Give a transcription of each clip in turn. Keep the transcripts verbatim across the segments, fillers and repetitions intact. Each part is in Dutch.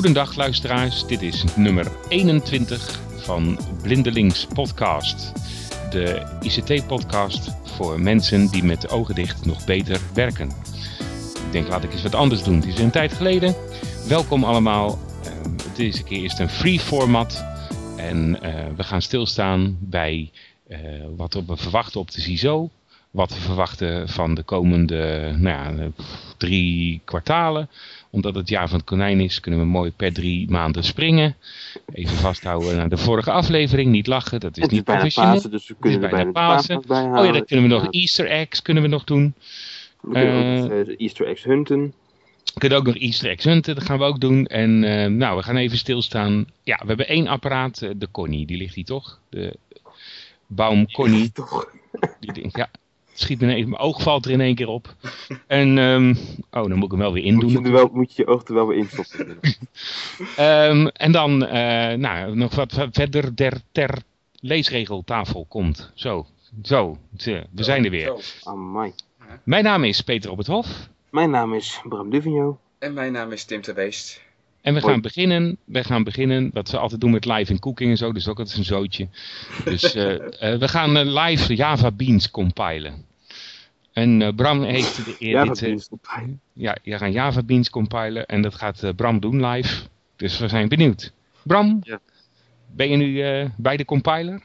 Goedendag luisteraars, dit is nummer eenentwintig van Blindelings podcast. De I C T-podcast voor mensen die met de ogen dicht nog beter werken. Ik denk, laat ik eens wat anders doen. Het is een tijd geleden. Welkom allemaal. Uh, deze keer is het een free format. En uh, we gaan stilstaan bij uh, wat we verwachten op de C I S O. Wat we verwachten van de komende nou ja, drie kwartalen. Omdat het jaar van het konijn is, kunnen we mooi per drie maanden springen. Even vasthouden naar de vorige aflevering. Niet lachen, dat is, het is niet professioneel. Pasen, dus we kunnen het er bijna bijna Pasen. Pasen Oh ja, dan kunnen we nog ja. Easter eggs kunnen we nog doen. We kunnen Uh, ook uh, de Easter eggs hunten. We kunnen ook nog Easter eggs hunten, dat gaan we ook doen. En uh, nou, we gaan even stilstaan. Ja, we hebben één apparaat, uh, de Connie, die ligt hier toch? De Baum Connie. Toch? Die ding, ja. Schiet me even, mijn oog valt er in één keer op. En, um, oh, dan moet ik hem wel weer indoen. Moet je, er wel, moet je je oog er wel weer instoppen. um, en dan, uh, nou, nog wat verder der, ter leesregeltafel komt. Zo, zo, we zijn er weer. Amai. Mijn naam is Peter op het Hof. Mijn naam is Bram Duvigno. En mijn naam is Tim de Weest. En we Hoi. gaan beginnen, we gaan beginnen, wat we altijd doen met live in cooking en zo, dus ook altijd een zootje. Dus uh, uh, we gaan uh, live Java Beans compilen. En uh, Bram heeft de eer Ja, dit... Uh, ja, je gaat Java Beans compilen en dat gaat uh, Bram doen live. Dus we zijn benieuwd. Bram, Ja. ben je nu uh, bij de compiler?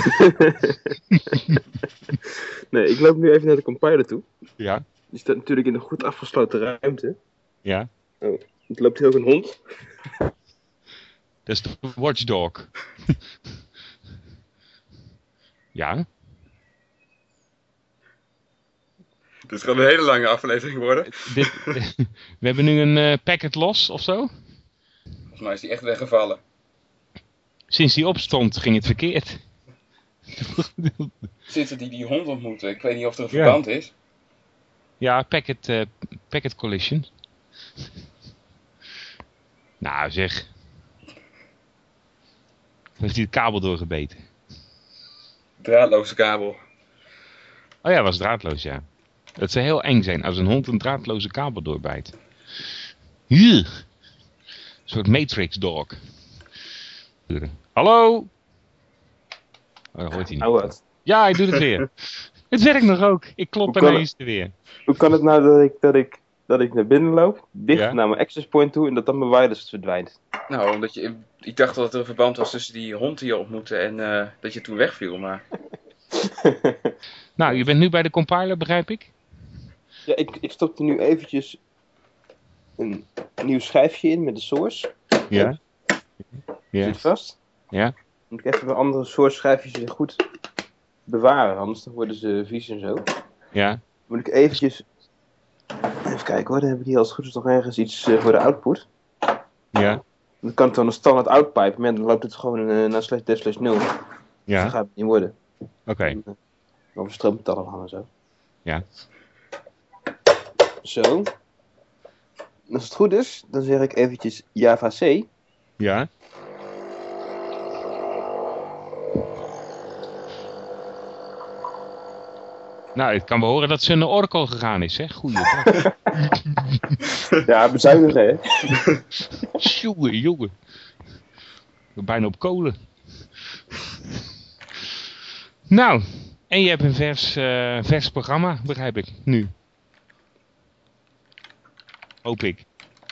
Nee, ik loop nu even naar de compiler toe. Ja. Die staat natuurlijk in een goed afgesloten ruimte. Ja. Oh, het loopt hier ook een hond. Dat is de watchdog. Ja. Dit gaat een hele lange aflevering worden. Dit, we hebben nu een uh, packet los of zo. Volgens mij is die echt weggevallen. Sinds die opstond ging het verkeerd. Sinds dat die die hond ontmoette. Ik weet niet of er een Ja. verband is. Ja, packet, uh, packet collision. Nou zeg. Heeft hij de kabel doorgebeten? Draadloze kabel. Oh ja, was draadloos, ja. Het zou heel eng zijn als een hond een draadloze kabel doorbijt. Hier. Een soort Matrix dog. Hallo? Oh, dat hoort hij niet. Nou wat? Ja, hij doet het weer. Het werkt nog ook. Ik klop Hoe kan en hij is er weer. Hoe kan het nou dat ik, dat ik, dat ik naar binnen loop, dicht Ja. naar mijn access point toe en dat dan mijn wireless verdwijnt? Nou, omdat je... Ik dacht dat er een verband was tussen die hond die je ontmoette en uh, dat je toen wegviel, maar... Nou, je bent nu bij de compiler, begrijp ik? Ja, ik, ik stop er nu eventjes een nieuw schijfje in met de source. Ja. Ja. Zit vast. Ja. Moet ik even mijn andere source schijfjes weer goed bewaren, anders dan worden ze vies en zo. Ja. Moet ik eventjes... Even kijken hoor, dan heb ik hier als het goed is nog ergens iets uh, voor de output. Ja. Dan kan het dan een standaard outpipe, maar dan loopt het gewoon uh, naar slash dev slash nul. Dan Ja. gaat het niet worden. Oké. Okay. Of een stroomgetallen hangen zo. Ja. Zo. En als het goed is, dan zeg ik eventjes Java C. Ja. Nou, ik kan wel horen dat ze naar Oracle gegaan is, hè? Goeiedag. Ja, bezuinigen hè. Jongen, jongen. Ik ben bijna op kolen. Nou, en je hebt een vers, uh, vers programma, begrijp ik, nu. Hoop ik.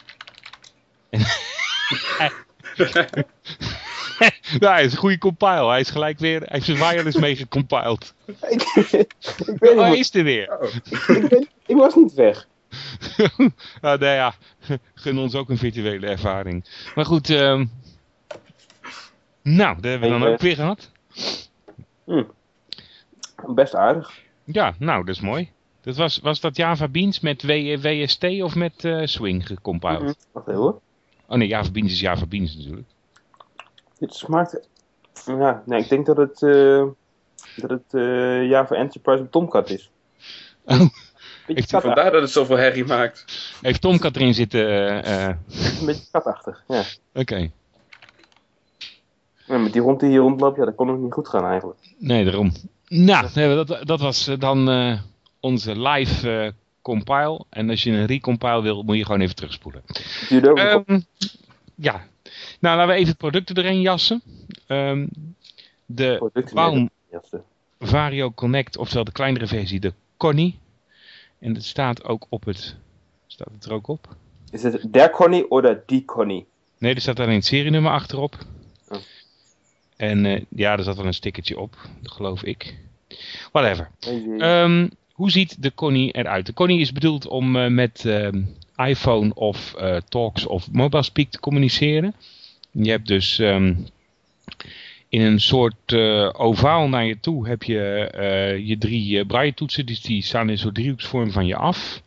Ja, hij is een goede compile. Hij is gelijk weer, hij heeft zijn wireless mee gecompiled. ik, ik, weet Oh, hij niet, is er weer. Oh. ik, ben, ik was niet weg. Nou, nou ja, gun ons ook een virtuele ervaring. Maar goed, um, nou, dat hebben we dan Hey, ook weer gehad. Hm. Best aardig. Ja, nou, dat is mooi. Dat was, was dat Java Beans met w, W S T of met uh, Swing gecompiled? Mm-hmm. Wacht even hoor. Oh nee, Java Beans is Java Beans natuurlijk. Dit smaakt... Ja, nee, ik denk dat het... Uh, dat het uh, Java Enterprise op Tomcat is. Oh. Beetje Heeft katachtig. Vandaar dat het zoveel herrie maakt. Heeft Tomcat erin zitten? Uh, uh... Een beetje katachtig, ja. Oké. Okay. Ja, met die hond die hier rondloopt, ja, dat kon ook niet goed gaan eigenlijk. Nee, daarom. Nou, nee, dat, dat was uh, dan uh, onze live uh, compile. En als je een recompile wil, moet je gewoon even terugspoelen. Duurde ook Um, ja, nou laten we even producten erin jassen. Um, de Producten Baum jassen. Vario Connect, oftewel de kleinere versie, de Connie. En het staat ook op het... Staat het er ook op? Is het der Connie of die Connie? Nee, er staat alleen het serienummer achterop. Oh. En uh, ja, er zat wel een stickertje op, geloof ik. Whatever. Hey, um, hoe ziet de Connie eruit? De Connie is bedoeld om uh, met uh, iPhone of uh, Talks of MobileSpeak te communiceren. Je hebt dus um, in een soort uh, ovaal naar je toe heb je uh, je drie uh, braille toetsen. Dus die staan in een soort driehoeksvorm van je af.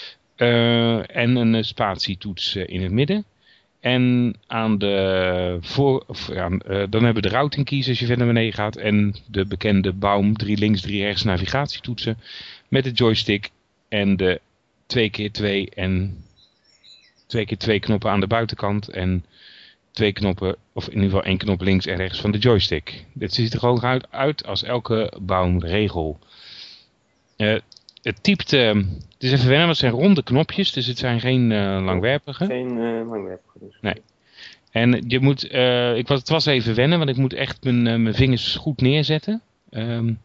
Uh, en een uh, spatietoets uh, in het midden. En aan de voor, of, ja, uh, dan hebben we de routing keys als je verder naar beneden gaat. En de bekende Baum drie links, drie rechts navigatietoetsen. Met de joystick en de twee keer twee en twee keer twee knoppen aan de buitenkant. En twee knoppen, of in ieder geval één knop links en rechts van de joystick. Dit ziet er gewoon uit, uit als elke Baum regel. Uh, Het typt, uh, het is even wennen, want het zijn ronde knopjes, dus het zijn geen uh, langwerpige. Geen uh, langwerpige dus. Nee. En je moet, uh, ik was, het was even wennen, want ik moet echt mijn, uh, mijn vingers goed neerzetten. Um,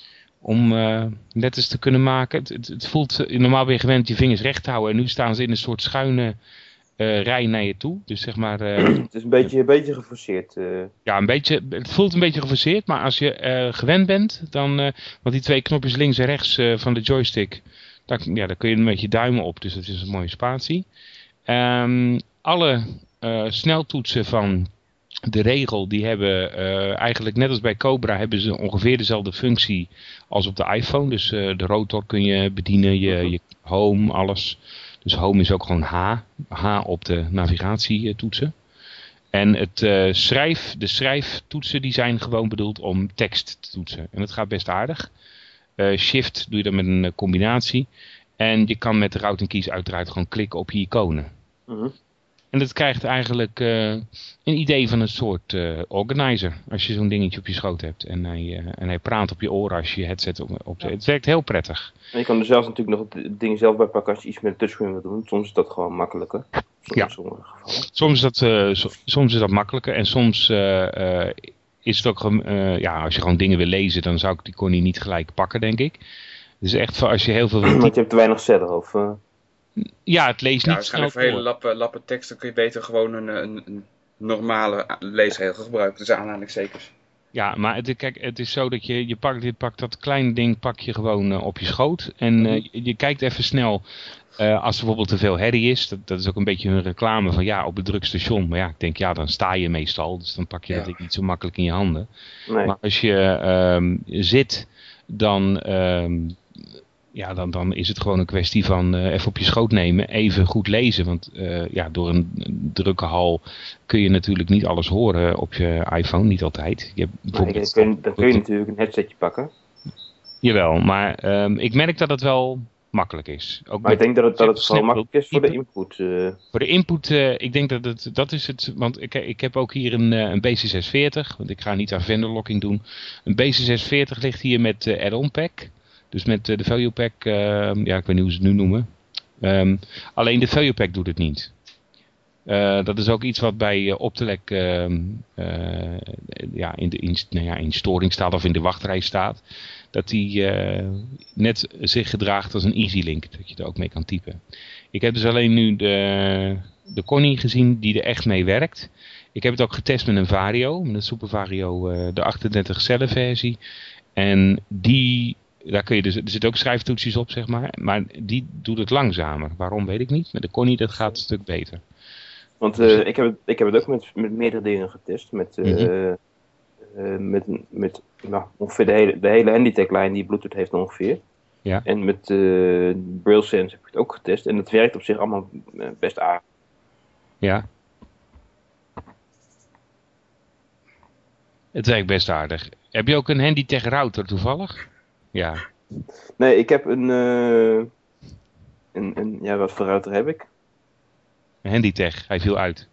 om uh, letters te kunnen maken. Het, het, het voelt, normaal ben je gewend je vingers recht te houden en nu staan ze in een soort schuine uh, rij naar je toe. Dus zeg maar... Uh, het is een beetje, een beetje geforceerd. Uh. Ja, een beetje, het voelt een beetje geforceerd, maar als je uh, gewend bent, dan, uh, want die twee knopjes links en rechts uh, van de joystick, daar, ja, daar kun je met je duimen op, dus dat is een mooie spatie. Um, alle uh, sneltoetsen van de regel, die hebben uh, eigenlijk net als bij Cobra, hebben ze ongeveer dezelfde functie als op de iPhone. Dus uh, de rotor kun je bedienen, je, je home, alles. Dus home is ook gewoon H, H op de navigatietoetsen. En het, uh, schrijf, de schrijftoetsen die zijn gewoon bedoeld om tekst te toetsen. En dat gaat best aardig. Uh, shift doe je dan met een uh, combinatie. En je kan met de routing keys uiteraard gewoon klikken op je iconen. Mm-hmm. En dat krijgt eigenlijk uh, een idee van een soort uh, organizer. Als je zo'n dingetje op je schoot hebt. En hij, uh, en hij praat op je oren als je je headset op, op ja. Het werkt heel prettig. En je kan er zelfs natuurlijk nog het ding zelf bij pakken als je iets met een touchscreen wil doen. Soms is dat gewoon makkelijker. Soms ja. Soms is, dat, uh, so, soms is dat makkelijker. En soms uh, uh, is het ook... Uh, ja, als je gewoon dingen wil lezen, dan zou ik die Connie niet gelijk pakken, denk ik. Dus echt voor als je heel veel... Want je hebt te weinig zetten, of... Uh... Ja, het leest niet ja, snel voor hele lappen, lappen teksten kun je beter gewoon een, een, een normale leesregel gebruiken. Dus aanhalingstekens. Ja, maar het, kijk, het is zo dat je, je pakt, dit pakt dat kleine ding pak je gewoon uh, op je schoot. En uh, je, je kijkt even snel uh, als er bijvoorbeeld te veel herrie is. Dat, dat is ook een beetje een reclame van ja, op het drukstation. Maar ja, ik denk ja, dan sta je meestal. Dus dan pak je ja. dat ding niet zo makkelijk in je handen. Nee. Maar als je um, zit, dan... Um, Ja, dan, dan is het gewoon een kwestie van uh, even op je schoot nemen, even goed lezen. Want uh, ja, door een, een drukke hal kun je natuurlijk niet alles horen op je iPhone, niet altijd. Je hebt bijvoorbeeld... Nee, dan, kun je, dan kun je natuurlijk een headsetje pakken. Jawel, maar um, ik merk dat het wel makkelijk is. Ook maar ik denk dat het, dat het vooral makkelijk is voor de input. Uh... Voor de input, uh, ik denk dat het, dat is het, want ik, ik heb ook hier een, een B C zeshonderdveertig, want ik ga niet aan vendor locking doen. Een B C zeshonderdveertig ligt hier met uh, add-on pack. Dus met uh, de value pack, uh, ja ik weet niet hoe ze het nu noemen. Um, alleen de value pack doet het niet. Uh, dat is ook iets wat bij uh, Optelec uh, uh, ja, in, de, in, nou ja, in storing staat of in de wachtrij staat. Dat die uh, net zich gedraagt als een EasyLink. Dat je er ook mee kan typen. Ik heb dus alleen nu de, de Connie gezien die er echt mee werkt. Ik heb het ook getest met een Vario. Met een Super Vario, uh, de achtendertig cellen versie. En die... Daar kun je dus, er zitten ook schrijftoetsjes op, zeg maar. Maar die doet het langzamer. Waarom, weet ik niet. Met de Connie, dat gaat een stuk beter. Want uh, ik, heb het, ik heb het ook met, met meerdere dingen getest. Met, uh, mm-hmm. uh, met, met nou, ongeveer de hele, de hele Handytech-lijn die Bluetooth heeft ongeveer. Ja. En met uh, BrailleSense heb ik het ook getest. En het werkt op zich allemaal best aardig. Ja. Het werkt best aardig. Heb je ook een Handytech router toevallig? Ja. Nee, ik heb een, uh, een, een... Ja, wat voor router heb ik? Een Handytech, hij viel uit.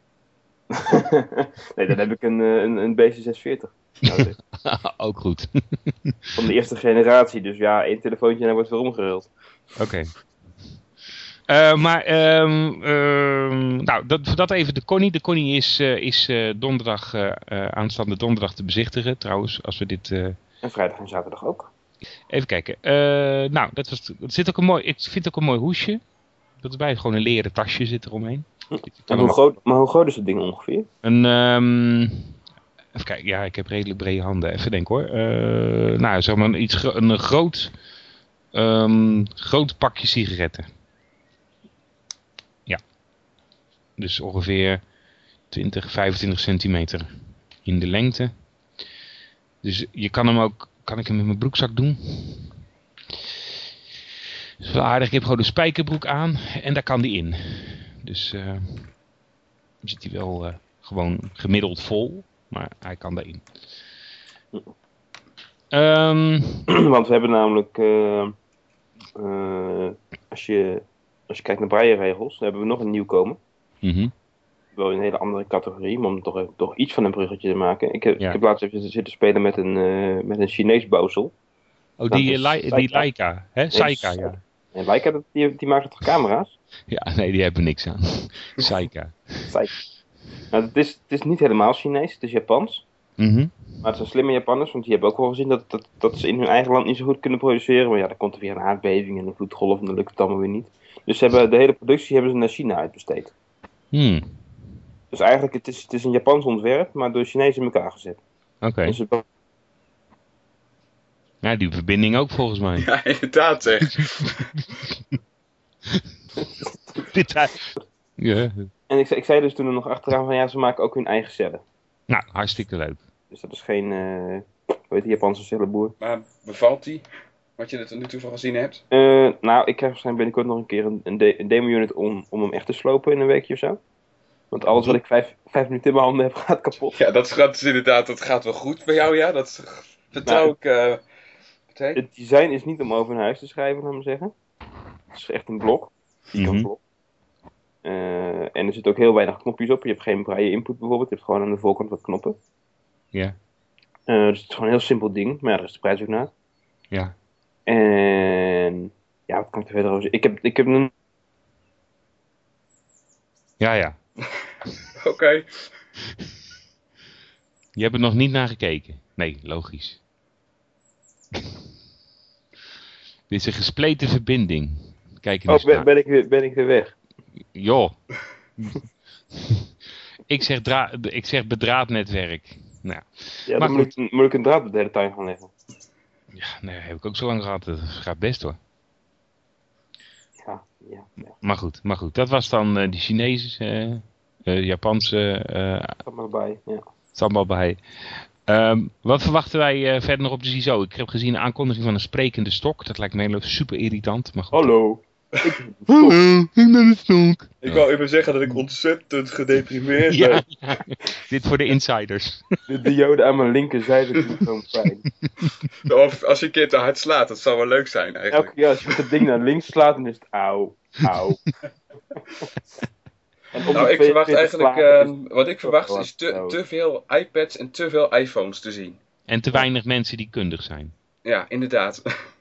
Nee, dan heb ik een, een, een B C zeshonderdveertig. Ook goed. Van de eerste generatie, dus ja, één telefoontje en hij wordt weer omgeruld. Oké. Okay. Uh, maar, um, um, nou, dat, voor dat even de Connie. De Connie is, uh, is uh, donderdag, uh, uh, aanstaande donderdag te bezichtigen, trouwens, als we dit... Uh... En vrijdag en zaterdag ook. Even kijken. Uh, nou, dat was, er zit ook een mooi, ik vind ook een mooi hoesje. Dat is bij, gewoon een leren tasje zit eromheen. Hm. En hoe groot, maar hoe groot is het ding ongeveer? Een, um, even kijken, ja, ik heb redelijk brede handen. Even denken hoor. Uh, nou, zeg maar een, iets, een groot, um, groot pakje sigaretten. Ja. Dus ongeveer twintig, vijfentwintig centimeter in de lengte. Dus je kan hem ook, kan ik hem in mijn broekzak doen? Dat is wel aardig. Ik heb gewoon een spijkerbroek aan en daar kan die in. Dus uh, zit hij wel uh, gewoon gemiddeld vol, maar hij kan daarin. Um, Want we hebben namelijk, uh, uh, als, je, als je kijkt naar brailleregels, dan hebben we nog een nieuwkomer. Mm-hmm. Wel in een hele andere categorie, maar om toch, toch iets van een bruggetje te maken. Ik heb, ja. ik heb laatst even zitten spelen met een, uh, met een Chinees bouwsel. Oh, die, uh, Lai, die Leica, hè? Saika, nee, ja. En Leica, die, die maakt toch camera's? Ja, nee, die hebben niks aan. Saika. Saika. Nou, het, is, het is niet helemaal Chinees, het is Japans. Mm-hmm. Maar het zijn slimme Japanners, want die hebben ook wel gezien dat, dat, dat ze in hun eigen land niet zo goed kunnen produceren. Maar ja, dan komt er weer een aardbeving en een vloedgolf en dan lukt het allemaal weer niet. Dus ze hebben, de hele productie hebben ze naar China uitbesteed. Hmm. Dus eigenlijk, het is, het is een Japans ontwerp, maar door Chinezen in elkaar gezet. Oké. Okay. Dus het... Ja, die verbinding ook volgens mij. Ja, inderdaad zeg. Dit ja. En ik, ik zei dus toen er nog achteraan van ja, ze maken ook hun eigen cellen. Nou, hartstikke leuk. Dus dat is geen, uh, weet je, Japanse cellenboer. Maar bevalt die? Wat je er tot nu toe van gezien hebt? Uh, nou, ik krijg waarschijnlijk binnenkort nog een keer een, een, de, een demo-unit om, om hem echt te slopen in een weekje of zo. Want alles wat ik vijf, vijf minuten in mijn handen heb, gaat kapot. Ja, dat gaat dus inderdaad, dat gaat wel goed bij jou, ja. Dat vertrouw nou, ik... Uh, het design is niet om over een huis te schrijven, laat maar zeggen. Het is echt een blok. Mm-hmm. blok. Uh, en er zit ook heel weinig knopjes op. Je hebt geen braille input bijvoorbeeld. Je hebt gewoon aan de voorkant wat knoppen. Ja. Yeah. Uh, dus het is gewoon een heel simpel ding. Maar ja, daar is de prijs ook naar. Ja. En... Ja, wat kan ik er verder over zeggen? Ik heb, ik heb een... Ja, ja. Oké. Okay. Je hebt er nog niet naar gekeken. Nee, logisch. Dit is een gespleten verbinding. Kijk oh, ben, ben, ik weer, ben ik weer weg? Joh. ik, zeg dra- ik zeg bedraadnetwerk. Nou, ja, dan moet ik, moet ik een draad op de hele tuin gaan leggen. Ja, nee, heb ik ook zo lang gehad. Dat gaat best hoor. Ja, ja, ja. Maar goed, maar goed. Dat was dan uh, die Chinese, uh, uh, Japanse... Uh, Sambabai, ja. Sambabai. Um, wat verwachten wij uh, verder nog op de C I S O? Ik heb gezien een aankondiging van een sprekende stok. Dat lijkt me heel super irritant. Maar goed. Hallo. Hallo, ik ben een stok. Ik wou even zeggen dat ik ontzettend gedeprimeerd ja, ben. Ja. Dit voor de insiders. De diode aan mijn linkerzijde doet gewoon pijn. Of als je een keer te hard slaat, dat zou wel leuk zijn eigenlijk. Elke keer als je het ding naar links slaat, dan is het auw, auw. Nou, ik verwacht eigenlijk, uh, wat ik verwacht is te, te veel iPads en te veel iPhones te zien. En te weinig mensen die kundig zijn. Ja, inderdaad.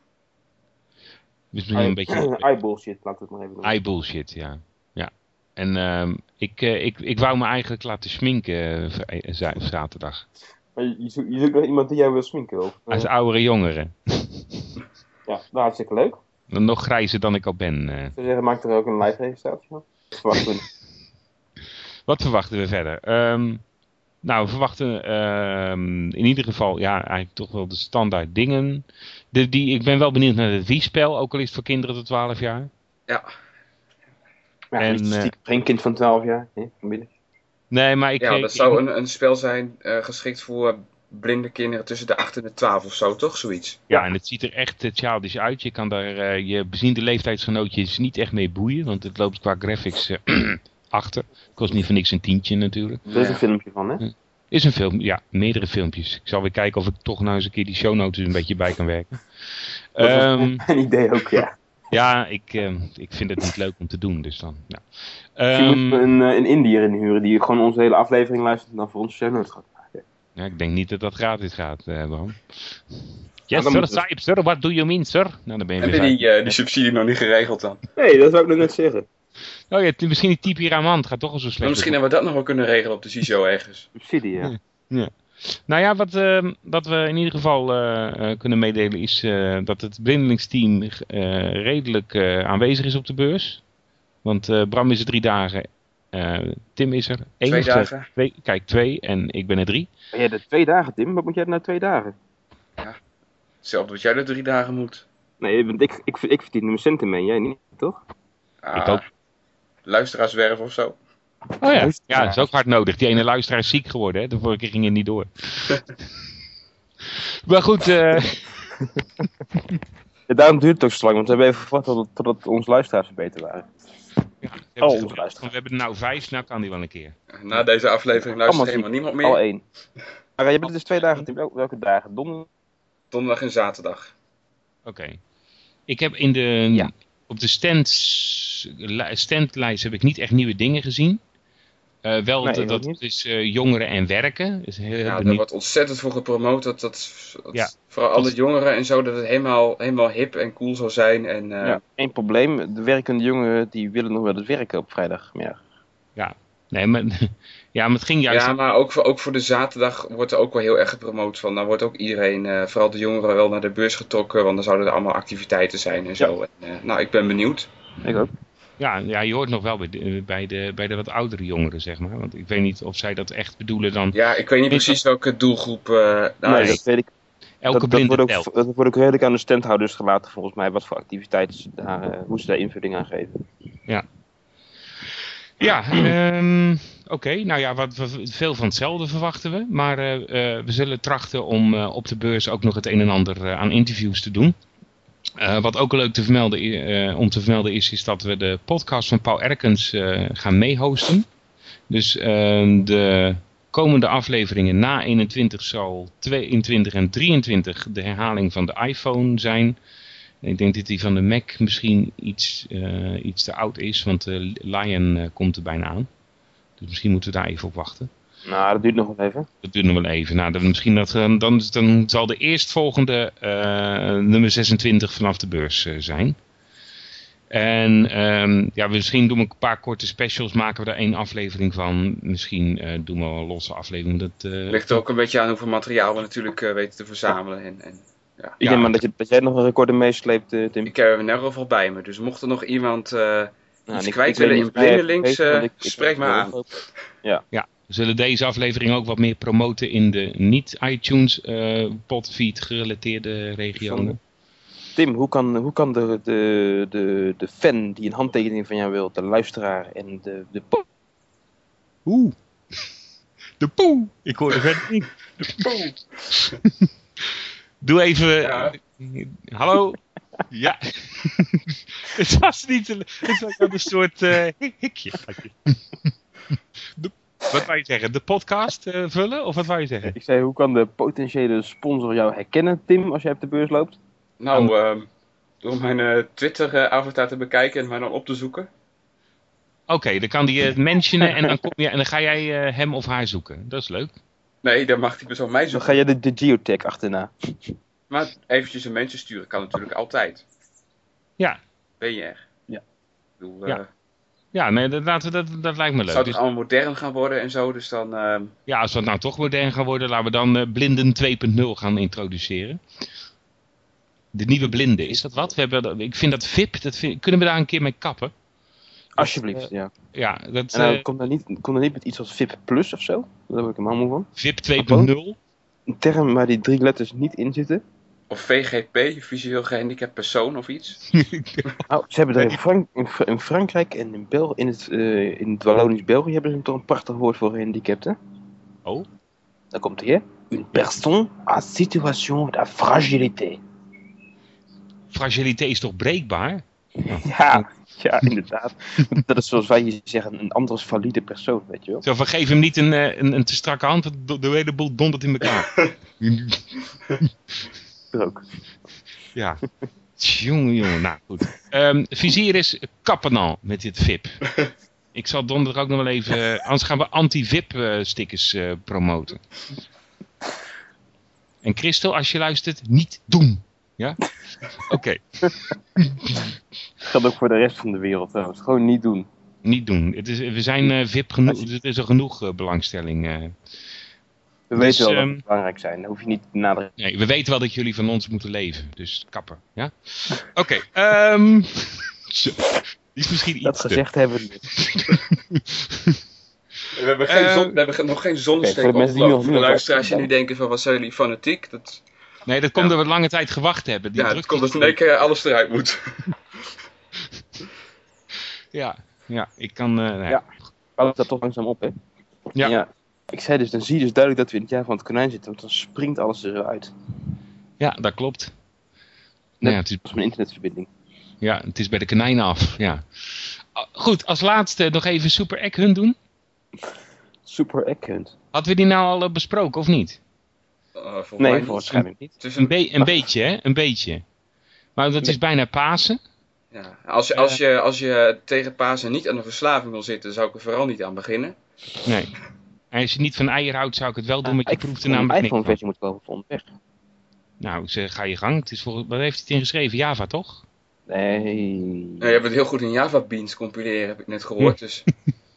Dus een beetje... I-bullshit, laat het maar even doen. I-bullshit, ja. ja. En uh, ik, uh, ik, ik wou me eigenlijk laten sminken uh, zaterdag. Maar je, je, zoekt, je zoekt nog iemand die jou wil sminken, of? Als oudere jongeren. Ja, nou hartstikke leuk. Nog grijzer dan ik al ben. Uh. Ik zou zeggen, maak er ook een live registratie van. Verwachten we. Wat verwachten we verder? Um, nou, we verwachten um, in ieder geval, ja, eigenlijk toch wel de standaard dingen. De, die, ik ben wel benieuwd naar het Wii-spel, ook al is het voor kinderen tot twaalf jaar. Ja. Ja, en, uh, geen kind van twaalf jaar, nee, van binnen. Nee, maar ik... Ja, ik, dat zou een, een spel zijn uh, geschikt voor blinde kinderen tussen de acht en de twaalf of zo, toch? Zoiets. Ja, ja, en het ziet er echt uh, childish uit. Je kan daar uh, je beziende leeftijdsgenootjes niet echt mee boeien, want het loopt qua graphics uh, achter. Kost niet voor niks een tientje natuurlijk. Er is een filmpje van, hè? Is een film, ja, meerdere filmpjes. Ik zal weer kijken of ik toch nou eens een keer die show notes een beetje bij kan werken. Dat um, is een idee ook, ja. Ja, ik, uh, ik vind het niet leuk om te doen, dus dan, ja. Um, je moet een, een Indiër inhuren die gewoon onze hele aflevering luistert en dan voor ons show notes gaat maken. Ja, ik denk niet dat dat gratis gaat, uh, Bram. Yes, sir, Saib, sir, what do you mean, sir? Nou, dan ben je Heb weer je vijf. die, uh, die subsidie nog niet geregeld dan? Nee, dat zou ik nog net zeggen. Oh ja, misschien die type hier aan hand gaat toch al zo slecht. Maar misschien hebben we dat nog wel kunnen regelen op de C I S O ergens. Subsidie, ja. Ja. Nou ja, wat, uh, wat we in ieder geval uh, uh, kunnen meedelen is uh, dat het blindelingsteam uh, redelijk uh, aanwezig is op de beurs. Want uh, Bram is er drie dagen, uh, Tim is er één Twee of dagen. Twee, kijk, twee en ik ben er drie. Ben jij er twee dagen, Tim? Wat moet jij er nou twee dagen? Hetzelfde wat jij er drie dagen moet. Nee, want ik, ik, ik verdien mijn centen mee, jij niet, toch? Ah, Ik ook. Luisteraarswerf of zo. Oh ja, ja, dat is ook hard nodig. Die ene luisteraar is ziek geworden, hè? De vorige keer ging het niet door. Maar goed, uh... ja, daarom duurt het ook zo lang, want we hebben even gewacht totdat, totdat onze luisteraars beter waren. ja, we, Oh, hebben, onze luisteraars. we hebben er nou vijf, nou kan die wel een keer. Na deze aflevering luistert helemaal niemand meer. Al één. Maar je bent dus twee dagen, Tim. Wel- Welke dagen? Donderdag? Donderdag en zaterdag. Oké. Okay. Ik heb in de, Ja. op de stands, li- standlijst heb ik niet echt nieuwe dingen gezien. Uh, wel Nee, dat, ik dat ook niet. is uh, jongeren en werken. Dus heel Ja, daar benieuwd. wordt ontzettend voor gepromoot. Dat, dat, dat Ja. vooral alle jongeren en zo, dat het helemaal, helemaal hip en cool zal zijn. En, uh, Ja, één probleem. De werkende jongeren die willen nog wel eens werken op vrijdagmiddag. Nee, maar, ja, maar het ging juist... ja, maar ook voor, ook voor de zaterdag wordt er ook wel heel erg gepromoot van. Dan wordt ook iedereen, uh, vooral de jongeren, wel naar de beurs getrokken. Want dan zouden er allemaal activiteiten zijn en zo. En, uh, nou, ik ben benieuwd. Ik ook. Ja, ja, je hoort nog wel bij de, bij, de, bij de wat oudere jongeren, zeg maar. Want ik weet niet of zij dat echt bedoelen dan... Ja, ik weet niet precies welke doelgroep... Uh, nou, nee, nee. dat weet ik. Elke Dat, dat, blinde wordt ook, telt. dat wordt ook redelijk aan de standhouders gelaten volgens mij. Wat voor activiteiten ze daar, uh, hoe ze daar invulling aan geven. Ja, um, oké. Okay. Nou ja, wat, wat, veel van hetzelfde verwachten we. Maar uh, uh, we zullen trachten om uh, op de beurs ook nog het een en ander uh, aan interviews te doen. Uh, wat ook leuk te vermelden, uh, om te vermelden is, is dat we de podcast van Paul Erkens uh, gaan meehosten. Dus uh, de komende afleveringen na eenentwintig zal tweeëntwintig en drieëntwintig de herhaling van de iPhone zijn. Ik denk dat die van de Mac misschien iets, uh, iets te oud is, want de Lion uh, komt er bijna aan. Dus misschien moeten we daar even op wachten. Nou, dat duurt nog wel even. Dat duurt nog wel even. Nou, dan, misschien dat, dan, dan zal de eerstvolgende uh, nummer zesentwintig vanaf de beurs uh, zijn. En um, ja, misschien doen we een paar korte specials, maken we er één aflevering van. Misschien uh, doen we wel een losse aflevering. Dat, uh, ligt er ook een beetje aan hoeveel materiaal we natuurlijk uh, weten te verzamelen. En, en, ja. Ik Ja. denk maar dat, je, dat jij nog een recorder meesleept, uh, Tim. Ik heb hem in ieder geval bij me. Dus mocht er nog iemand uh, Nou, iets ik- kwijt ik weet willen niet in of jij hebt blindelings, gegeten, uh, want ik- ik- spreek me aan. Ja, we zullen deze aflevering ook wat meer promoten in de niet-iTunes uh, podfeed gerelateerde regionen. Tim, hoe kan, hoe kan de, de, de, de fan die een handtekening van jou wil, de luisteraar en de, de po- Oeh, de poe. Ik hoor de verder niet. Doe even... Ja. Hallo? Ja. Het was niet... een- Het was wel een soort uh, hik- hikje. De, wat wou je zeggen? De podcast uh, vullen? Of wat wou je zeggen? Ik zei, hoe kan de potentiële sponsor jou herkennen, Tim, als jij op de beurs loopt? Nou, uh, door mijn uh, Twitter-avatar te bekijken en mij dan op te zoeken. Oké, okay, dan kan die uh, mentionen en dan, kom je, en dan ga jij uh, hem of haar zoeken. Dat is leuk. Nee, dan mag die persoon mij Dan zoeken. ga je de, de geotag achterna. Maar eventjes een mensen sturen kan natuurlijk altijd. Ja. Ben je er? Ja. Ik bedoel, uh, Ja. Ja, nee, dat, dat, dat, dat lijkt me leuk. zou het Dus, allemaal modern gaan worden en zo, dus dan... Uh, ja, als dat nou toch modern gaan worden, laten we dan uh, Blinden twee punt nul gaan introduceren. De nieuwe blinden, is dat wat? We hebben, ik vind dat V I P, dat vind, kunnen we daar een keer mee kappen? Alsjeblieft, ja. Ja, dat En dan uh, komt er niet, komt er niet met iets als V I P Plus of zo? Daar heb ik hem allemaal van. V I P twee punt nul. Een term waar die drie letters niet in zitten. of V G P, visueel gehandicapt persoon of iets. Oh, ze hebben er in, Frank in, Fr in Frankrijk en in, Bel in het, uh, in het Wallonisch België hebben ze toch een prachtig woord voor gehandicapten. Oh? Daar komt hij, hè? Une personne en situation de fragilité. Fragiliteit is toch breekbaar? Ja, ja, inderdaad. Dat is zoals wij hier zeggen, een anders valide persoon, weet je wel. Zo van, geef hem niet een, uh, een, een te strakke hand, want de, de hele boel dondert in elkaar. Er ook. Ja. Jongen, jongen. Nou, goed. Um, vizier is kappenaal met dit V I P. Ik zal donderdag ook nog wel even... Uh, anders gaan we anti-V I P uh, stickers uh, promoten. En Christel, als je luistert, niet doen. Ja? Oké. Okay. Geldt ook voor de rest van de wereld trouwens. Gewoon niet doen. Niet doen. Het is, we zijn uh, V I P genoeg. Het is er genoeg uh, belangstelling. Uh. We Dus, weten wel um, dat het belangrijk zijn. Dan hoef je niet te naderen. Nee, we weten wel dat jullie van ons moeten leven. Dus kappen. Ja? Oké. Okay, um, die is misschien iets dat gezegd te... hebben we We hebben, geen zon, uh, we hebben nog geen zonnesteek okay, opgelopen. Voor de luisteraars die nu denken van wat zijn jullie fanatiek? Dat... Nee, dat komt ja. door we lange tijd gewacht hebben. Die ja, dat komt dat in één keer alles eruit moet. ja, ja, ik kan... Uh, nee. Ja, bouwt dat toch langzaam op, hè? Ja. ja. Ik zei dus, dan zie je dus duidelijk dat we in het jaar van het konijn zitten, want dan springt alles eruit. Ja, dat klopt. Net nou ja, het is mijn internetverbinding. Ja, het is bij de konijn af, ja. Goed, als laatste nog even Super Egg Hunt doen. Super Egg Hunt? Hadden we die nou al besproken, of niet? Uh, volgens nee, voor waarschijnlijk niet. Het is een, een, be- een beetje, hè? Een beetje. Maar dat is bijna Pasen. Ja, als je, als, je, als je tegen Pasen niet aan de verslaving wil zitten, zou ik er vooral niet aan beginnen. Nee. En als je niet van eieren houdt, zou ik het wel doen, want je proeft er namelijk niks van. Een iPhone-versie moet komen voor onderweg. Nou, ze, ga je gang. Het is voor, wat heeft het ingeschreven? Java, toch? Nee. Nou, je hebt het heel goed in Java Beans compileren, heb ik net gehoord. Dus.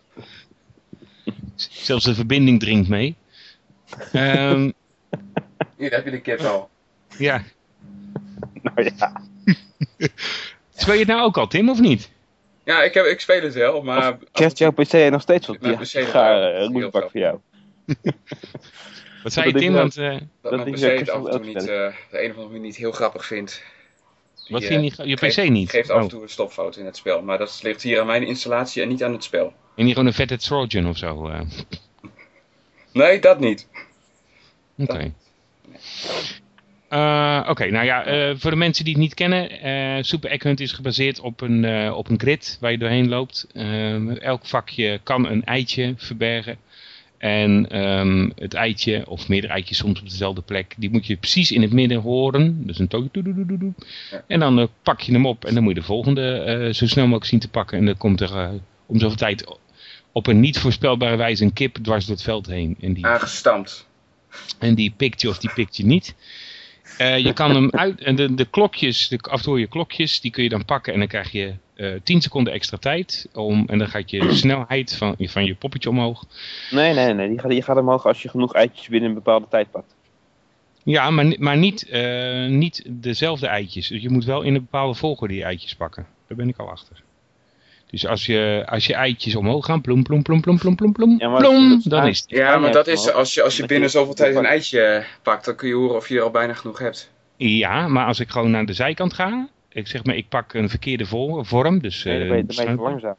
Zelfs de verbinding dringt mee. um, Hier heb je de kip al. Ja. Nou ja. Speel je het nou ook al, Tim, of niet? Ja, ik, heb, ik speel het wel, maar... Kerst jouw P C nog steeds op? Ja, ik ga een roerbak voor jou. Wat zei je, Tim? Want, uh, dat, dat mijn P C het af en toe niet, uh, de een of andere manier niet heel grappig vindt. Wat Die, vind je niet? Je geeft, P C niet? geeft af en toe een stopfout in het spel, maar dat ligt hier aan mijn installatie en niet aan het spel. En niet gewoon een vetted Trojan of zo? Uh. Nee, dat niet. Oké. Okay. Uh, Oké, okay, nou ja, uh, voor de mensen die het niet kennen, uh, Super Egg Hunt is gebaseerd op een, uh, op een grid waar je doorheen loopt. Uh, elk vakje kan een eitje verbergen. En um, het eitje, of meerdere eitjes soms op dezelfde plek, die moet je precies in het midden horen. Dus een toon. Ja. En dan uh, pak je hem op en dan moet je de volgende uh, zo snel mogelijk zien te pakken. En dan komt er uh, om zoveel tijd op een niet voorspelbare wijze een kip dwars door het veld heen. En die, aangestampt. En die pikt je of die pikt je niet. Uh, je kan hem uit, en de, de klokjes, de, af en toe je klokjes, die kun je dan pakken en dan krijg je uh, tien seconden extra tijd. Om, en dan gaat je snelheid van, van je poppetje omhoog. Nee, nee, nee, die gaat, die gaat omhoog als je genoeg eitjes binnen een bepaalde tijd pakt. Ja, maar, maar niet, uh, niet dezelfde eitjes. Dus je moet wel in een bepaalde volgorde die eitjes pakken. Daar ben ik al achter. Dus als je, als je eitjes omhoog gaan, plom, plom, plom, plom, plom, plom, plom, ja, plom, dan is het. Ja, maar dat is, als je, als je binnen zoveel tijd een eitje pakt, dan kun je horen of je er al bijna genoeg hebt. Ja, maar als ik gewoon naar de zijkant ga, ik zeg maar, ik pak een verkeerde vorm, dus... Nee, dan ben je, dan ben je te langzaam.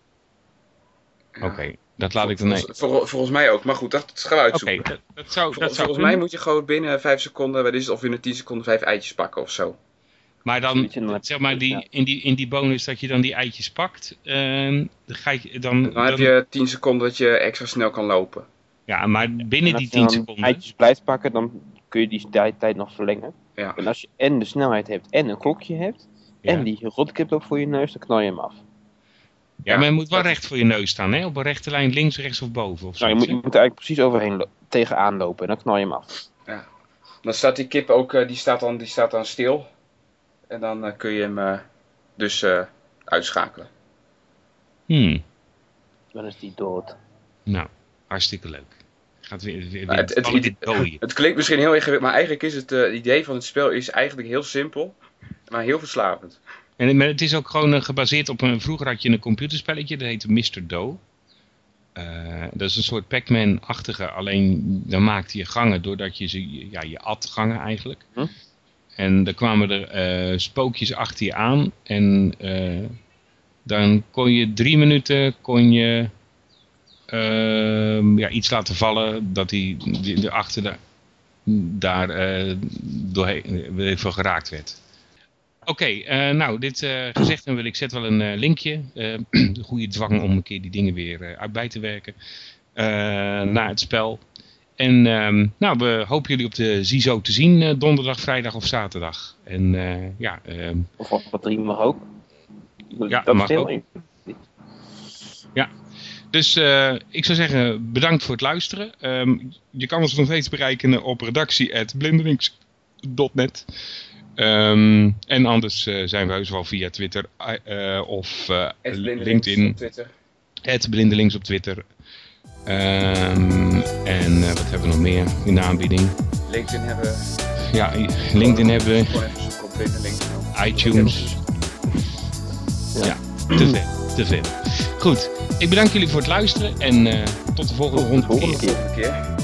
Oké, okay, dat laat ik dan... Nee. Volgens, vol, volgens mij ook, maar goed, dat, dat gaan we uitzoeken. Oké, okay, dat, dat zou, Vol, dat zou Volgens mij moet je gewoon binnen vijf seconden, wat is het, of binnen tien seconden vijf eitjes pakken of zo. Maar dan, zeg maar, die, in, die, in die bonus dat je dan die eitjes pakt, uh, ga je dan... Dan, dan heb je tien seconden dat je extra snel kan lopen. Ja, maar binnen die tien seconden... Als je dan eitjes blijft pakken, dan kun je die tijd nog verlengen. Ja. En als je en de snelheid hebt en een klokje hebt, ja. en die rotkip loopt voor je neus, dan knal je hem af. Ja, ja, maar je moet wel recht voor je neus staan, hè? Op een rechte lijn links, rechts of boven. Of nou, je, moet, je moet er eigenlijk precies overheen lo- tegenaan lopen en dan knal je hem af. Ja. Dan staat die kip ook, die staat dan, die staat dan stil. En dan uh, kun je hem uh, dus uh, uitschakelen. Hmm. Dan is die dood. Nou, hartstikke leuk. Gaat weer, weer, weer nou, het, het, het, het, het klinkt misschien heel ingewikkeld, maar eigenlijk is het, uh, het idee van het spel is eigenlijk heel simpel, maar heel verslavend. En maar het is ook gewoon uh, gebaseerd op een, vroeger had je een computerspelletje, dat heette mister Doe. Uh, dat is een soort Pac-Man-achtige, alleen dan maakte je gangen doordat je ze, ja, je at gangen eigenlijk. Hm? En dan kwamen er uh, spookjes achter je aan. En uh, dan kon je drie minuten kon je, uh, ja, iets laten vallen dat hij erachter da, daar uh, doorheen even geraakt werd. Oké, okay, uh, nou dit uh, gezegd dan wil ik zet wel een uh, linkje. Uh, de goede dwang om een keer die dingen weer uh, uit bij te werken. Uh, naar het spel. En um, nou, we hopen jullie op de Ziezo te zien, uh, donderdag, vrijdag of zaterdag. En uh, ja... Um, of op wat drie mag ook. Ja, dat mag ook. Ja, dus uh, ik zou zeggen, bedankt voor het luisteren. Um, je kan ons nog steeds bereiken op redactie at blindelings punt net. Um, en anders uh, zijn we heus wel via Twitter uh, of uh, LinkedIn. Het Blindelings op Twitter. Um, en uh, wat hebben we nog meer in de aanbieding? LinkedIn hebben we. Ja, LinkedIn hebben we. iTunes. Ja, ja te veel, te veel. Goed, ik bedank jullie voor het luisteren en uh, tot de volgende, tot de volgende keer. keer.